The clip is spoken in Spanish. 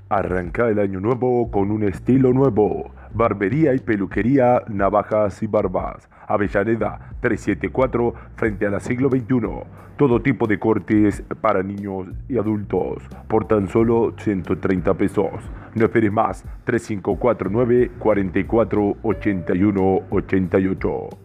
Arranca el año nuevo con un estilo nuevo. Barbería y peluquería, navajas y barbas. Avellaneda 374 frente a la siglo XXI. Todo tipo de cortes para niños y adultos por tan solo 130 pesos. No esperes más. 3549 44 81 88.